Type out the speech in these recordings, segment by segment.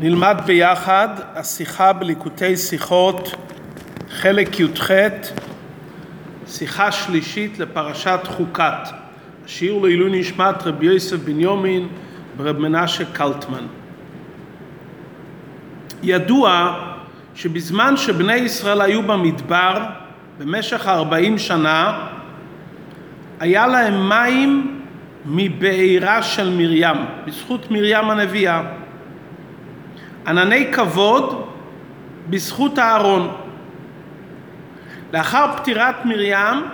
נלמד ביחד השיחה בליקוטי שיחות, חלק י"ח, שיחה שלישית לפרשת חוקת. השיעור לעילוי נשמת רבי יוסף בנימין ורב מנשה קלטמן. ידוע שבזמן שבני ישראל היו במדבר, במשך 40 שנה, היה להם מים מבארה של מרים, בזכות מרים הנביאה. ענני כבוד בזכות אהרון. לאחר פטירת מרים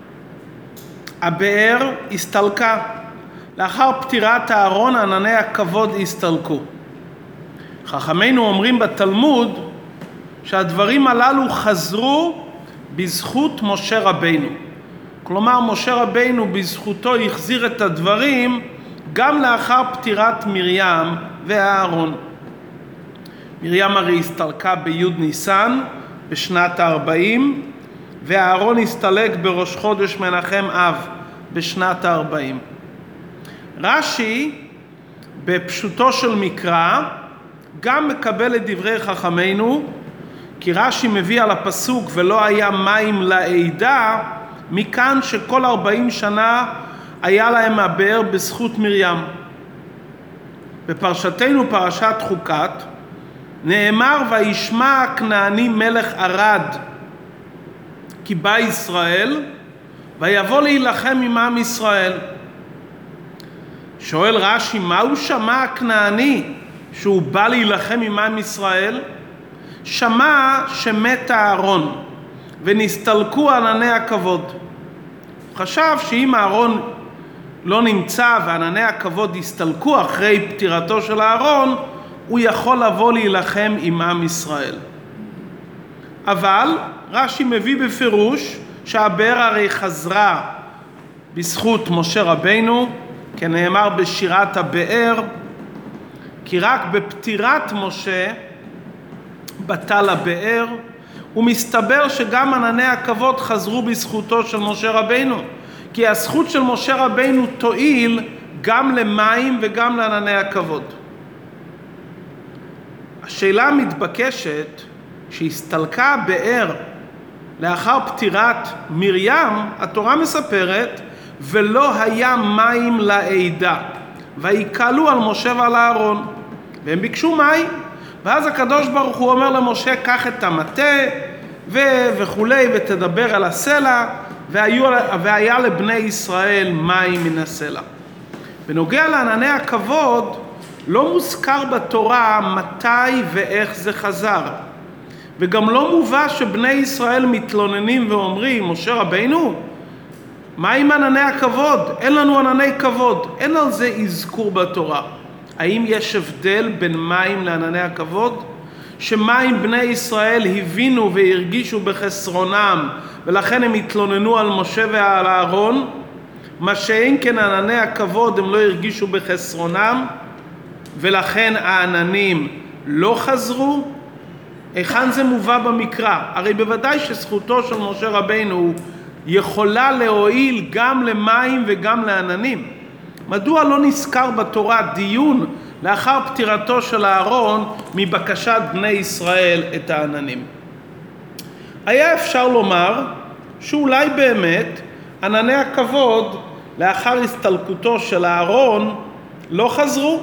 הבאר הסתלקה. לאחר פטירת אהרון ענני הכבוד הסתלקו. חכמינו אומרים בתלמוד שהדברים הללו חזרו בזכות משה רבינו. כלומר, משה רבינו בזכותו החזיר את הדברים גם לאחר פטירת מרים ואהרון. מרים הרי הסתלקה בי' ניסן בשנת ה-40, ואהרון הסתלק בראש חודש מנחם אב בשנת ה-40. רש"י בפשוטו של מקרא גם מקבל את דברי חכמינו, כי רש"י מביא על הפסוק ולא היה מים לעדה, מכאן שכל 40 שנה היה להם הבאר בזכות מרים. בפרשתנו פרשת חוקת נאמר וישמע הכנעני מלך ערד כי בא ישראל ויבוא להילחם עם עם ישראל. שואל רש"י, מה הוא שמע הכנעני שהוא בא להילחם עם עם ישראל? שמע שמת אהרון ונסתלקו ענני הכבוד. חשב שאם אהרון לא נמצא וענני הכבוד הסתלקו אחרי פטירתו של אהרון, הוא יכול לבוא להילחם עם עם ישראל. אבל רש"י מביא בפירוש שהבאר הרי חזרה בזכות משה רבינו, כנאמר בשירת הבאר, כי רק בפטירת משה בטל הבאר, ומסתבר שגם ענני הכבוד חזרו בזכותו של משה רבינו, כי הזכות של משה רבינו תועיל גם למים וגם לענני הכבוד. השאלה המתבקשת, שהסתלקה הבאר לאחר פטירת מרים, התורה מספרת, ולא היה מים לעדה, ויקלו על משה ועל אהרון, והם ביקשו מים. ואז הקדוש ברוך הוא אומר למשה, קח את המטה וכולי, ותדבר על הסלע, והיה לבני ישראל מים מן הסלע. בנוגע לענני הכבוד, לא מוזכר בתורה מתי ואיך זה חזר. וגם לא מובא שבני ישראל מתלוננים ואומרים, משה רבינו, מה עם ענני הכבוד? אין לנו ענני כבוד. אין על זה אזכור בתורה. האם יש הבדל בין מים לענני הכבוד? שמים בני ישראל הבינו והרגישו בחסרונם, ולכן הם התלוננו על משה ועל אהרון, מה שאין כן ענני הכבוד הם לא הרגישו בחסרונם, ולכן העננים לא חזרו? היכן זה מובא במקרא? הרי בוודאי שזכותו של משה רבינו יכולה להועיל גם למים וגם לעננים. מדוע לא נזכר בתורה דיון לאחר פטירתו של אהרון מבקשת בני ישראל את העננים? היה אפשר לומר שאולי באמת ענני הכבוד לאחר הסתלקותו של אהרון לא חזרו.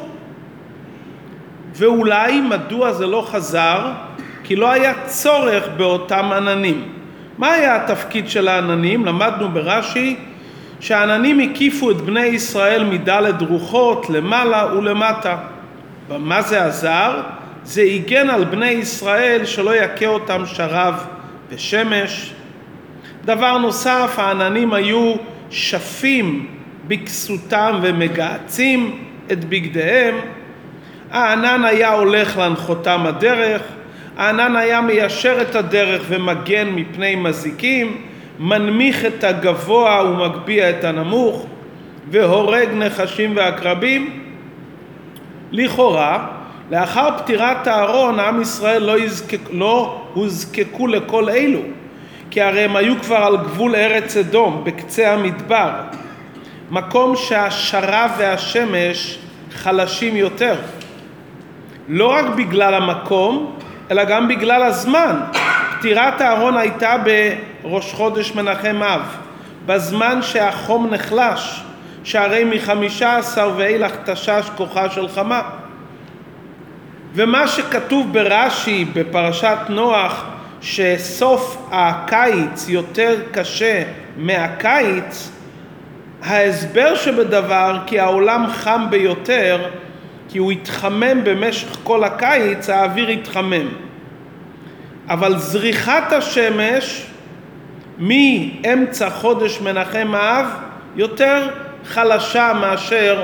ואולי מדוע זה לא חזר? כי לא היה צורך באותם עננים. מה היה התפקיד של העננים? למדנו ברש"י שהעננים הקיפו את בני ישראל מדלת רוחות למעלה ולמטה. במה זה עזר? זה הגן על בני ישראל שלא יכה אותם שרב ושמש. דבר נוסף, העננים היו שפים בכסותם ומגעצים את בגדיהם. הענן היה הולך להנחותם הדרך, הענן היה מיישר את הדרך ומגן מפני מזיקים, מנמיך את הגבוה ומגביה את הנמוך, והורג נחשים ועקרבים. לכאורה, לאחר פטירת אהרון, עם ישראל לא הוזקקו לכל אלו, כי הרי הם היו כבר על גבול ארץ אדום, בקצה המדבר, מקום שהשרב והשמש חלשים יותר. לא רק בגלל המקום, אלא גם בגלל הזמן. פטירת אהרון הייתה בראש חודש מנחם אב, בזמן שהחום נחלש, שהרי מ-15 ואילך תשש כוחה של חמה. ומה שכתוב ברש"י בפרשת נוח, שסוף הקיץ יותר קשה מהקיץ, ההסבר שבדבר כי העולם חם ביותר, כי הוא התחמם במשך כל הקיץ, האוויר התחמם. אבל זריחת השמש מאמצע חודש מנחם אב יותר חלשה מאשר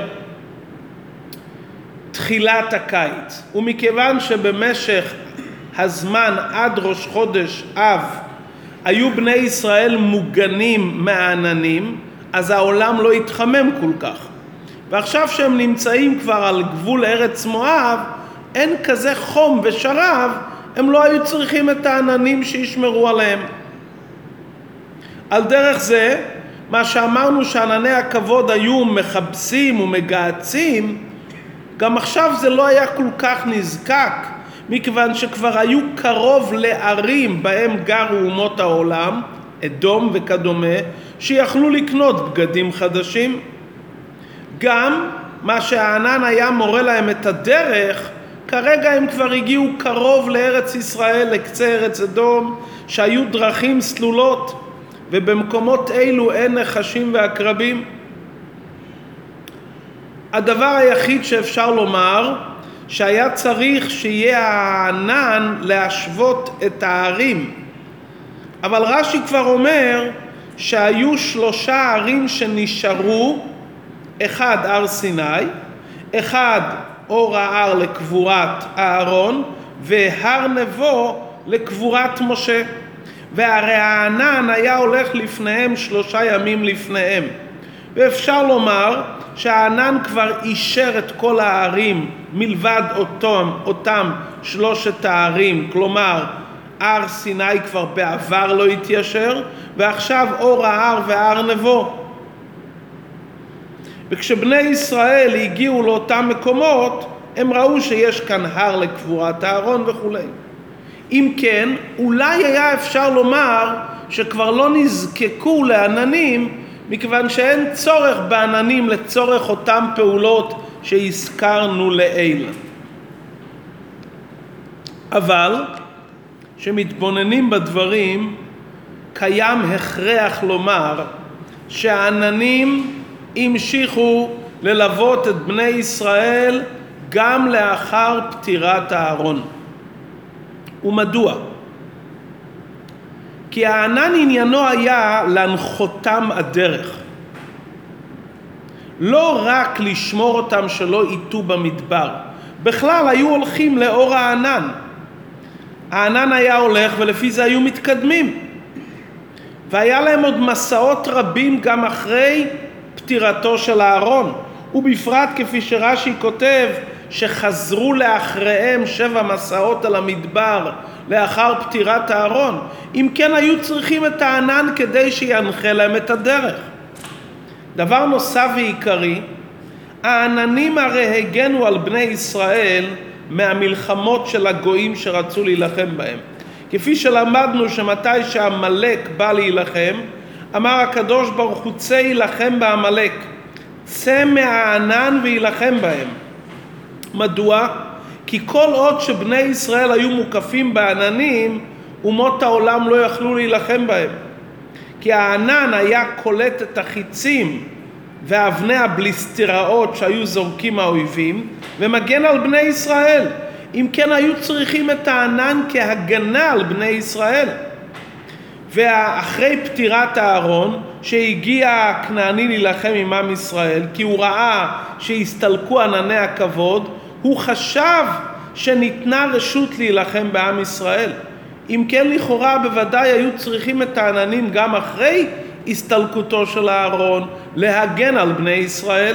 תחילת הקיץ. ומכיוון שבמשך הזמן עד ראש חודש אב היו בני ישראל מוגנים מהעננים, אז העולם לא התחמם כל כך. ועכשיו שהם נמצאים כבר על גבול ארץ מואב, אין כזה חום ושרב, הם לא היו צריכים את העננים שישמרו עליהם. על דרך זה, מה שאמרנו שענני הכבוד היו מחבסים ומגעצים, גם עכשיו זה לא היה כל כך נזקק, מכיוון שכבר היו קרוב לערים בהם גרו אומות העולם, אדום וכדומה, שיכלו לקנות בגדים חדשים. גם מה שהענן היה מורה להם את הדרך, כרגע הם כבר הגיעו קרוב לארץ ישראל, לקצה ארץ אדום, שהיו דרכים סלולות, ובמקומות אלו אין נחשים ועקרבים. הדבר היחיד שאפשר לומר, שהיה צריך שיהיה הענן להשוות את הערים. אבל רש"י כבר אומר שהיו 3 ערים שנשארו, אחד הר סיני, אחד אור ההר לקבורת אהרון, והר נבו לקבורת משה. והרי הענן היה הולך לפניהם 3 ימים לפניהם. ואפשר לומר שהענן כבר אישר את כל הערים מלבד אותם 3 הערים, כלומר הר סיני כבר בעבר לא התיישר, ועכשיו אור ההר והר נבו. וכשבני ישראל הגיעו לאותם מקומות, הם ראו שיש כאן הר לקבורת אהרון וכו'. אם כן, אולי היה אפשר לומר שכבר לא נזקקו לעננים, מכיוון שאין צורך בעננים לצורך אותם פעולות שהזכרנו לעיל. אבל שמתבוננים בדברים, קיים הכרח לומר שהעננים המשיכו ללוות את בני ישראל גם לאחר פטירת אהרון. ומדוע? כי הענן עניינו היה להנחותם הדרך, לא רק לשמור אותם שלא ייטו במדבר. בכלל היו הולכים לאור הענן. הענן היה הולך ולפי זה היו מתקדמים, והיה להם עוד מסעות רבים גם אחרי פטירתו של אהרון, ובפרט כפי שרש"י כותב שחזרו לאחריהם 7 מסעות על המדבר לאחר פטירת אהרון. אם כן היו צריכים את הענן כדי שינחה להם את הדרך. דבר נוסף ועיקרי, העננים הרי הגנו על בני ישראל מהמלחמות של הגויים שרצו להילחם בהם. כפי שלמדנו שמתי שהמלך בא להילחם, אמר הקדוש ברוך הוא צא ילחם בעמלק, צא מהענן וילחם בהם. מדוע? כי כל עוד שבני ישראל היו מוקפים בעננים, אומות העולם לא יכלו להילחם בהם. כי הענן היה קולט את החיצים ואבני הבליסטראות שהיו זורקים האויבים, ומגן על בני ישראל. אם כן היו צריכים את הענן כהגנה על בני ישראל. ואחרי פטירת אהרון, שהגיע הכנעני להילחם עם עם ישראל, כי הוא ראה שהסתלקו ענני הכבוד, הוא חשב שניתנה רשות להילחם בעם ישראל. אם כן לכאורה בוודאי היו צריכים את העננים גם אחרי הסתלקותו של אהרון להגן על בני ישראל.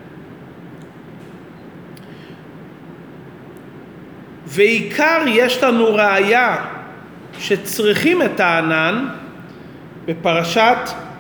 ועיקר יש לנו ראיה שצריכים את הענן. בפרשת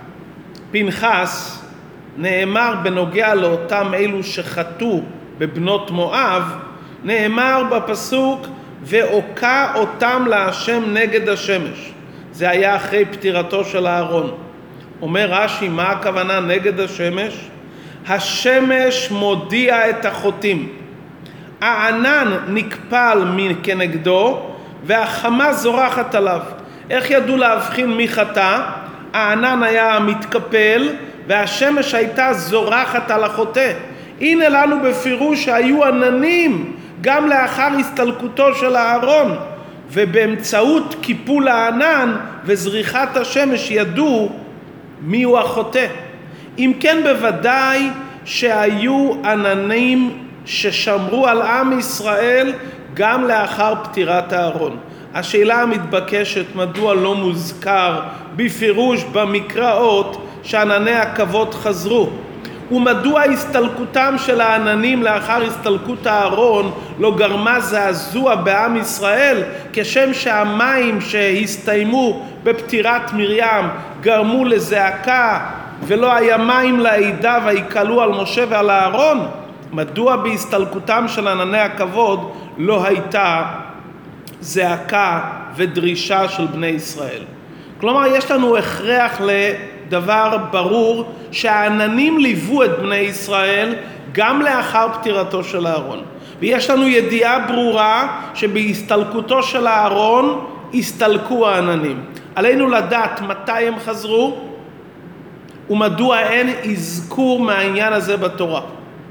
פנחס נאמר בנוגע לאותם אלו שחטאו בבנות מואב, נאמר בפסוק והוקע אותם להשם נגד השמש. זה היה אחרי פטירתו של אהרון. אומר רש"י, מה הכוונה נגד השמש? השמש מודיע את החוטאים, הענן נקפל כנגדו והחמה זורחת עליו. איך ידעו להבחין מי חטא? הענן היה מתקפל והשמש הייתה זורחת על החוטא. הנה לנו בפירוש שהיו עננים גם לאחר הסתלקותו של אהרון, ובאמצעות קיפול הענן וזריחת השמש ידעו מי הוא החוטא. אם כן, בוודאי שהיו עננים ששמרו על עם ישראל גם לאחר פטירת אהרון. השאלה המתבקשת, מדוע לא מוזכר בפירוש במקראות שענני הכבוד חזרו? ומדוע הסתלקותם של העננים לאחר הסתלקות אהרון לא גרמה זעזוע בעם ישראל, כשם שהמים שהסתיימו בפטירת מרים גרמו לזעקה ולא היה מים לעדה ויקלו על משה ועל אהרון? מדוע בהסתלקותם של ענני הכבוד לא הייתה זעקה ודרישה של בני ישראל? כלומר, יש לנו הכרח לדבר ברור שהעננים ליוו את בני ישראל גם לאחר פטירתו של אהרון, ויש לנו ידיעה ברורה שבהסתלקותו של אהרון הסתלקו העננים. עלינו לדעת מתי הם חזרו ומדוע אין אזכור מהעניין הזה בתורה.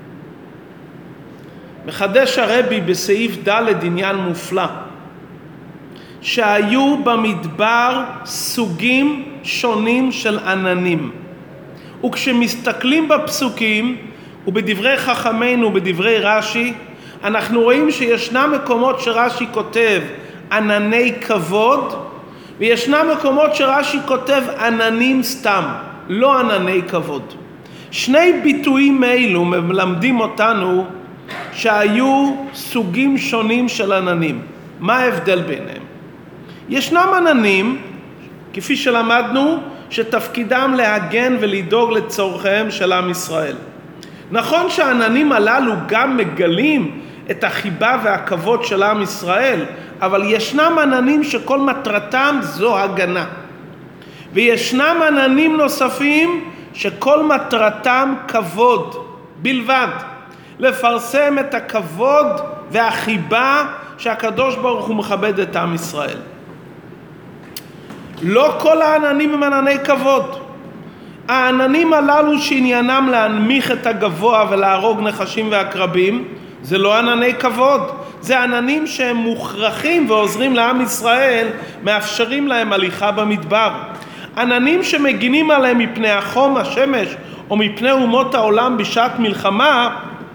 מחדש הרבי בסעיף ד' עניין מופלא, שהיו במדבר סוגים שונים של עננים, וכשמסתכלים בפסוקים ובדברי חכמינו ובדברי רש"י, אנחנו רואים שישנם מקומות שרש"י כותב ענני כבוד, וישנם מקומות שרש"י כותב עננים סתם, לא ענני כבוד. שני ביטויים אלו מלמדים אותנו שהיו סוגים שונים של עננים. מה ההבדל ביניהם? ישנם עננים, כפי שלמדנו, שתפקידם להגן ולדאוג לצורכיהם של עם ישראל. נכון שהעננים הללו גם מגלים את החיבה והכבוד של עם ישראל, אבל ישנם עננים שכל מטרתם זו הגנה. וישנם עננים נוספים שכל מטרתם כבוד בלבד, לפרסם את הכבוד והחיבה שהקדוש ברוך הוא מכבד את עם ישראל. לא כל העננים הם ענני כבוד. העננים הללו שעניינם להנמיך את הגבוה ולהרוג נחשים ועקרבים, זה לא ענני כבוד. זה עננים שהם מוכרחים ועוזרים לעם ישראל, מאפשרים להם הליכה במדבר. עננים שמגינים עליהם מפני החום, השמש, או מפני אומות העולם בשעת מלחמה,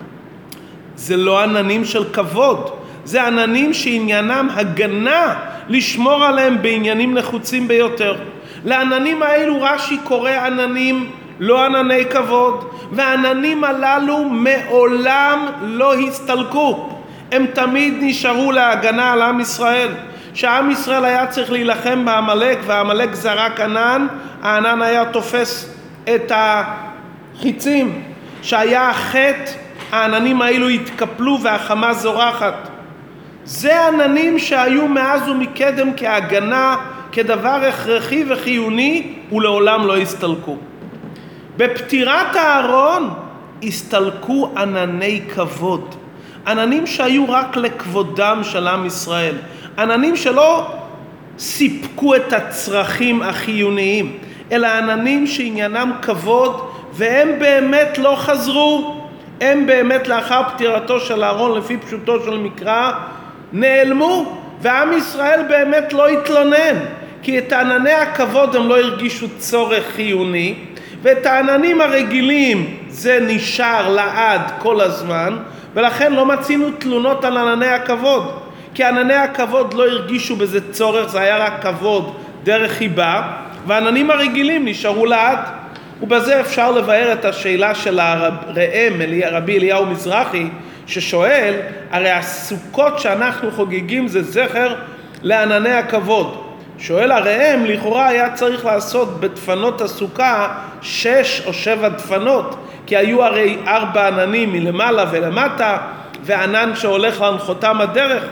זה לא עננים של כבוד. זה עננים שעניינם הגנה, לשמור עליהם בעניינים נחוצים ביותר. לעננים האלו רש"י קורא עננים, לא ענני כבוד, והעננים הללו מעולם לא הסתלקו. הם תמיד נשארו להגנה על עם ישראל. כשעם ישראל היה צריך להילחם בעמלק והעמלק זרק ענן, הענן היה תופס את החיצים. שהיה החטא, העננים האלו התקפלו והחמה זורחת. זה עננים שהיו מאז ומקדם כהגנה, כדבר הכרחי וחיוני, ולעולם לא הסתלקו. בפטירת אהרון הסתלקו ענני כבוד, עננים שהיו רק לכבודם של עם ישראל, עננים שלא סיפקו את הצרכים החיוניים, אלא עננים שעניינם כבוד, והם באמת לא חזרו. הם באמת לאחר פטירתו של אהרון, לפי פשוטו של מקרא, נעלמו, ועם ישראל באמת לא התלונן, כי את ענני הכבוד הם לא הרגישו צורך חיוני, ואת העננים הרגילים זה נשאר לעד כל הזמן, ולכן לא מצינו תלונות על ענני הכבוד, כי ענני הכבוד לא הרגישו בזה צורך, זה היה רק כבוד דרך חיבה, והעננים הרגילים נשארו לעד. ובזה אפשר לבאר את השאלה של הרעם, רבי אליהו מזרחי, ששואל, הרי הסוכות שאנחנו חוגגים זה זכר לענני הכבוד. שואל הרעם, לכאורה היה צריך לעשות בדפנות הסוכה 6 או 7 דפנות, כי היו הרי 4 עננים מלמעלה ולמטה, וענן שהולך להנחותם הדרך.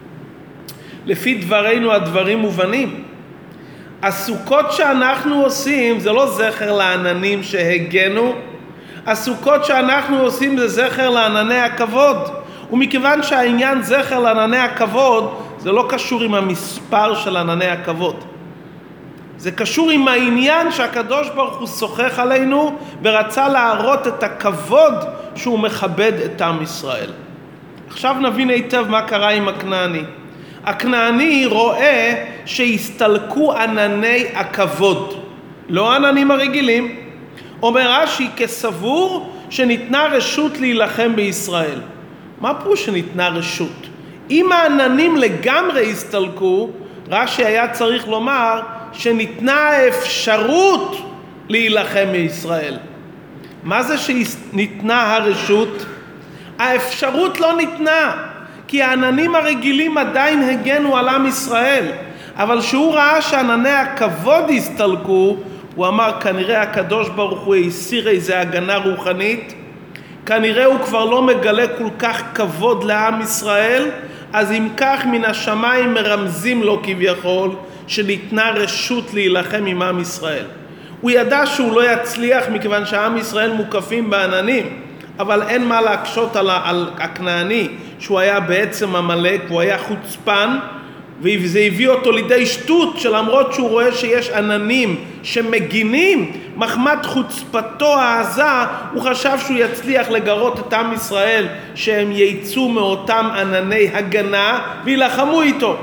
לפי דברינו הדברים מובנים. הסוכות שאנחנו עושים זה לא זכר לעננים שהגנו, הסוכות שאנחנו עושים זה זכר לענני הכבוד. ומכיוון שהעניין זכר לענני הכבוד, זה לא קשור עם המספר של ענני הכבוד. זה קשור עם העניין שהקדוש ברוך הוא שוחח עלינו ורצה להראות את הכבוד שהוא מכבד את עם ישראל. עכשיו נבין היטב מה קרה עם הכנעני. הכנעני רואה שהסתלקו ענני הכבוד, לא העננים הרגילים. אומר רש"י כסבור שניתנה רשות להילחם בישראל. מה פירוש שניתנה רשות? אם העננים לגמרי הסתלקו, רש"י היה צריך לומר שניתנה האפשרות להילחם בישראל. מה זה שניתנה הרשות? האפשרות לא ניתנה, כי העננים הרגילים עדיין הגנו על עם ישראל. אבל שהוא ראה שענני הכבוד הסתלקו, הוא אמר כנראה הקדוש ברוך הוא הסיר איזה הגנה רוחנית, כנראה הוא כבר לא מגלה כל כך כבוד לעם ישראל, אז אם כך מן השמיים מרמזים לו כביכול שניתנה רשות להילחם עם עם ישראל. הוא ידע שהוא לא יצליח מכיוון שעם ישראל מוקפים בעננים, אבל אין מה להקשות על הכנעני שהוא היה בעצם עמלק, הוא היה חוצפן, וזה הביא אותו לידי שטות שלמרות שהוא רואה שיש עננים שמגינים, מחמת חוצפתו העזה הוא חשב שהוא יצליח לגרות את עם ישראל שהם ייצאו מאותם ענני הגנה וילחמו איתו.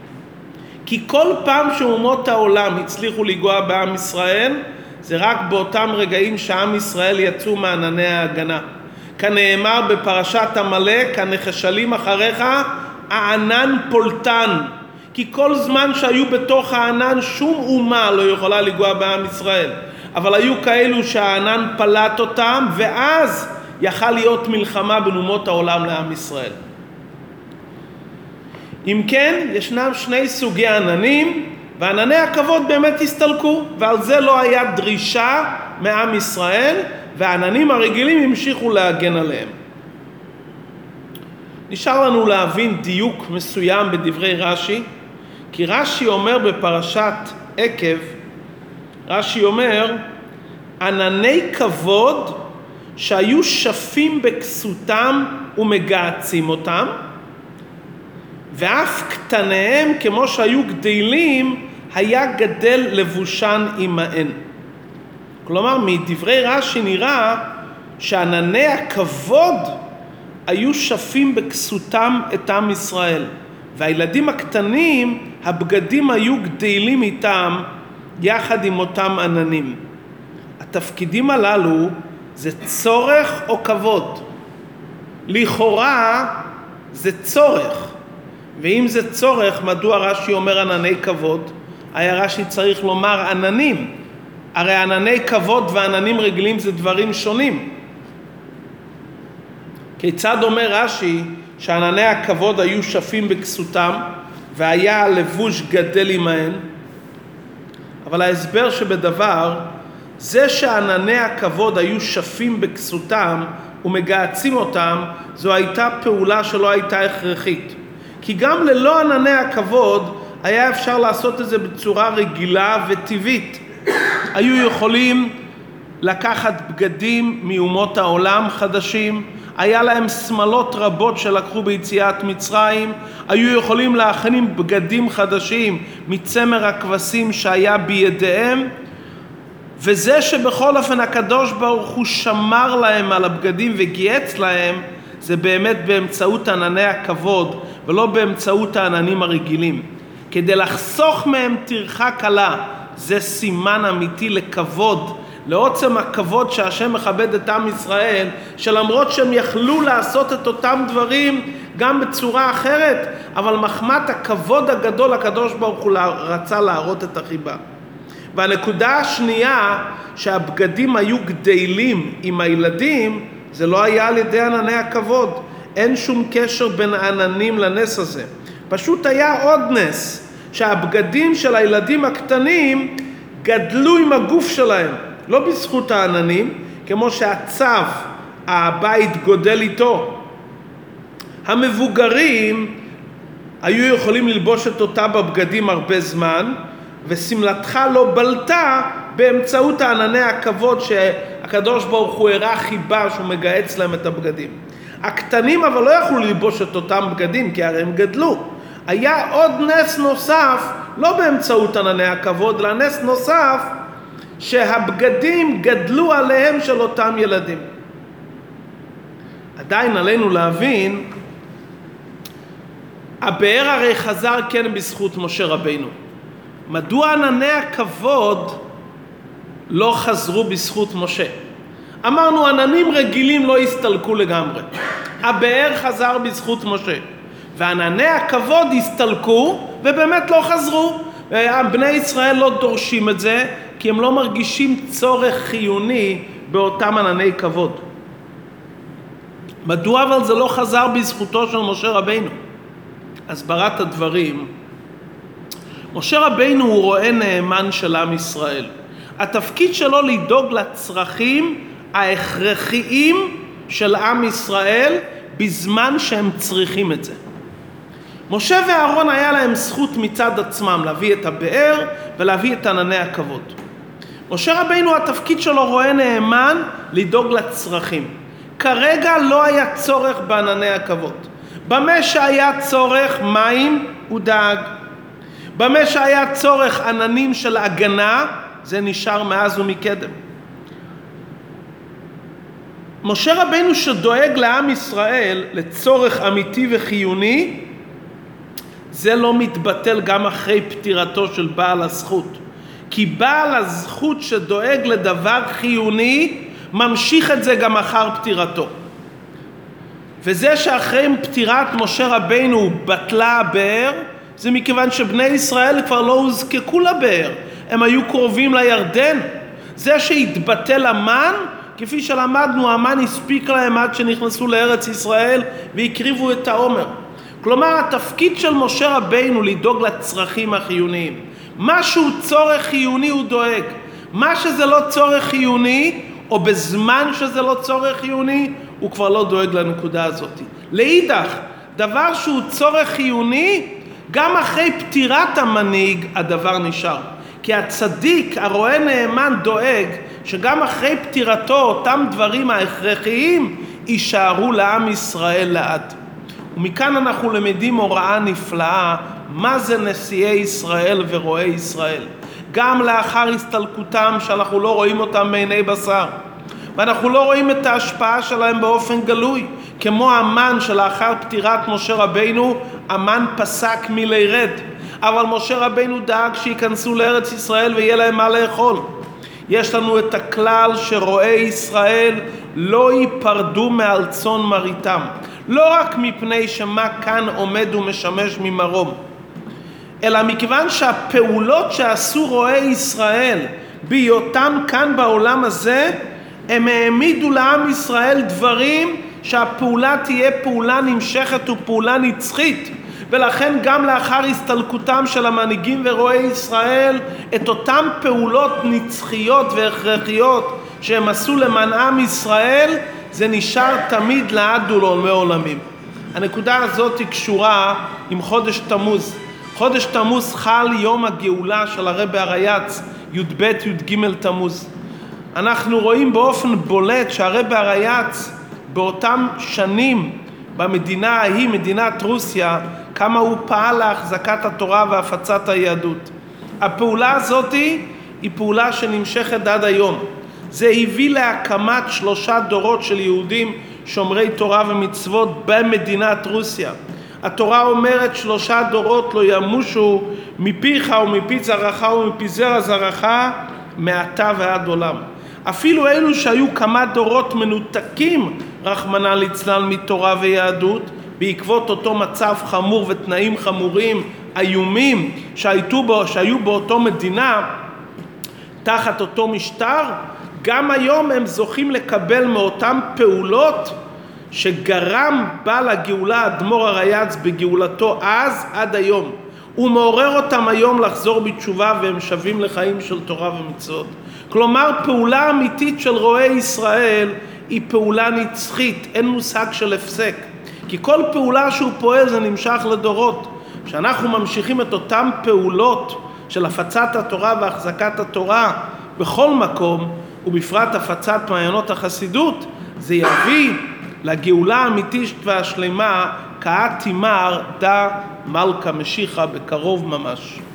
כי כל פעם שאומות העולם הצליחו לגוע בעם ישראל, זה רק באותם רגעים שעם ישראל יצאו מענני ההגנה. כנאמר בפרשת עמלק, הנחשלים אחריך הענן פולטן. כי כל זמן שהיו בתוך הענן שום אומה לא יכולה לגוע בעם ישראל. אבל היו כאלו שהענן פלט אותם, ואז יכל להיות מלחמה בין אומות העולם לעם ישראל. אם כן, ישנם שני סוגי עננים, וענני הכבוד באמת הסתלקו, ועל זה לא היה דרישה מעם ישראל, והעננים הרגילים המשיכו להגן עליהם. נשאר לנו להבין דיוק מסוים בדברי רש"י, כי רש"י אומר בפרשת עקב, רש"י אומר, ענני כבוד שהיו שפים בכסותם ומגעצים אותם, ואף קטניהם כמו שהיו גדלים, היה גדל לבושן עמהן. כלומר, מדברי רש"י נראה שענני הכבוד היו שפים בכסותם את עם ישראל, והילדים הקטנים, הבגדים היו גדלים איתם יחד עם אותם עננים. התפקידים הללו זה צורך או כבוד? לכאורה זה צורך, ואם זה צורך, מדוע רש"י אומר ענני כבוד? היה רש"י צריך לומר עננים, הרי ענני כבוד ועננים רגילים זה דברים שונים. כיצד אומר רש"י שענני הכבוד היו שפים בכסותם והיה הלבוש גדל עמהן? אבל ההסבר שבדבר, זה שענני הכבוד היו שפים בכסותם ומגעצים אותם, זו הייתה פעולה שלא הייתה הכרחית. כי גם ללא ענני הכבוד היה אפשר לעשות את זה בצורה רגילה וטבעית. היו יכולים לקחת בגדים מאומות העולם חדשים, היה להם סמלות רבות שלקחו ביציאת מצרים, היו יכולים להכין בגדים חדשים מצמר הכבשים שהיה בידיהם, וזה שבכל אופן הקדוש ברוך הוא שמר להם על הבגדים וגייץ להם, זה באמת באמצעות ענני הכבוד ולא באמצעות העננים הרגילים. כדי לחסוך מהם טרחה קלה, זה סימן אמיתי לכבוד, לעוצם הכבוד שהשם מכבד את עם ישראל, שלמרות שהם יכלו לעשות את אותם דברים גם בצורה אחרת, אבל מחמת הכבוד הגדול הקדוש ברוך הוא רצה להראות את החיבה. והנקודה השנייה, שהבגדים היו גדלים עם הילדים, זה לא היה על ידי ענני הכבוד. אין שום קשר בין העננים לנס הזה. פשוט היה עוד נס, שהבגדים של הילדים הקטנים גדלו עם הגוף שלהם, לא בזכות העננים, כמו שהצב, הבית גודל איתו. המבוגרים היו יכולים ללבוש את אותם הבגדים הרבה זמן, וסמלתך לא בלטה באמצעות ענני הכבוד שהקדוש ברוך הוא הראה חיבה שהוא מגהץ להם את הבגדים. הקטנים אבל לא יכלו ללבוש את אותם בגדים, כי הרי הם גדלו. היה עוד נס נוסף, לא באמצעות ענני הכבוד, אלא נס נוסף, שהבגדים גדלו עליהם של אותם ילדים. עדיין עלינו להבין, הבאר הרי חזר כן בזכות משה רבינו. מדוע ענני הכבוד לא חזרו בזכות משה? אמרנו, עננים רגילים לא הסתלקו לגמרי. הבאר חזר בזכות משה. וענני הכבוד הסתלקו ובאמת לא חזרו. בני ישראל לא דורשים את זה, כי הם לא מרגישים צורך חיוני באותם ענני כבוד. מדוע אבל זה לא חזר בזכותו של משה רבינו? הסברת הדברים, משה רבינו הוא רואה נאמן של עם ישראל. התפקיד שלו לדאוג לצרכים ההכרחיים של עם ישראל בזמן שהם צריכים את זה. משה ואהרון היה להם זכות מצד עצמם להביא את הבאר ולהביא את ענני הכבוד. משה רבינו התפקיד שלו רואה נאמן לדאוג לצרכים. כרגע לא היה צורך בענני הכבוד. במה שהיה צורך מים הוא דאג. במה שהיה צורך עננים של הגנה זה נשאר מאז ומקדם. משה רבינו שדואג לעם ישראל לצורך אמיתי וחיוני, זה לא מתבטל גם אחרי פטירתו של בעל הזכות. כי בעל הזכות שדואג לדבר חיוני ממשיך את זה גם אחר פטירתו. וזה שאחרי פטירת משה רבינו בטלה הבאר, זה מכיוון שבני ישראל כבר לא הוזקקו לבאר, הם היו קרובים לירדן. זה שהתבטל המן, כפי שלמדנו, המן הספיק להם עד שנכנסו לארץ ישראל והקריבו את העומר. כלומר, התפקיד של משה רבינו לדאוג לצרכים החיוניים. משהו צורך חיוני הוא דואג. מה שזה לא צורך חיוני, או בזמן שזה לא צורך חיוני, הוא כבר לא דואג לנקודה הזאת. לאידך, דבר שהוא צורך חיוני, גם אחרי פטירת המנהיג הדבר נשאר. כי הצדיק, הרואה נאמן, דואג שגם אחרי פטירתו אותם דברים ההכרחיים יישארו לעם ישראל לעד. ומכאן אנחנו למדים הוראה נפלאה, מה זה נשיאי ישראל ורואי ישראל. גם לאחר הסתלקותם שאנחנו לא רואים אותם בעיני בשר, ואנחנו לא רואים את ההשפעה שלהם באופן גלוי, כמו המן שלאחר פטירת משה רבינו, המן פסק מלירד. אבל משה רבינו דאג שיכנסו לארץ ישראל ויהיה להם מה לאכול. יש לנו את הכלל שרואי ישראל לא ייפרדו מעל צאן מרעיתם, לא רק מפני שמה כאן עומד ומשמש ממרום, אלא מכיוון שהפעולות שעשו רואי ישראל בהיותם כאן בעולם הזה, הם העמידו לעם ישראל דברים שהפעולה תהיה פעולה נמשכת ופעולה נצחית. ולכן גם לאחר הסתלקותם של המנהיגים ורואי ישראל, את אותם פעולות נצחיות והכרחיות שהם עשו למען עם ישראל, זה נשאר תמיד לעד ולעולמי עולמים. הנקודה הזאת היא קשורה עם חודש תמוז. חודש תמוז חל יום הגאולה של הרבי הריי"צ, י"ב י"ג תמוז. אנחנו רואים באופן בולט שהרבי הריי"צ באותם שנים במדינה ההיא, מדינת רוסיה, כמה הוא פעל להחזקת התורה והפצת היהדות. הפעולה הזאת היא פעולה שנמשכת עד היום. זה הביא להקמת 3 דורות של יהודים שומרי תורה ומצוות במדינת רוסיה. התורה אומרת 3 דורות לא ימושו מפיך ומפי זרעך ומפי זרע זרעך מעתה ועד עולם. אפילו אלו שהיו כמה דורות מנותקים רחמנא ליצלן מתורה ויהדות, בעקבות אותו מצב חמור ותנאים חמורים איומים שהיו באותו מדינה תחת אותו משטר, גם היום הם זוכים לקבל מאותם פעולות שגרם בעל הגאולה אדמו"ר הריי"צ בגאולתו אז עד היום. הוא מעורר אותם היום לחזור בתשובה והם שווים לחיים של תורה ומצוות. כלומר, פעולה אמיתית של רואי ישראל היא פעולה נצחית, אין מושג של הפסק. כי כל פעולה שהוא פועל זה נמשך לדורות. כשאנחנו ממשיכים את אותם פעולות של הפצת התורה והחזקת התורה בכל מקום, ובפרט הפצת מעיינות החסידות, זה יביא לגאולה האמיתית והשלמה, כעת תימר דה מלכה משיחה בקרוב ממש.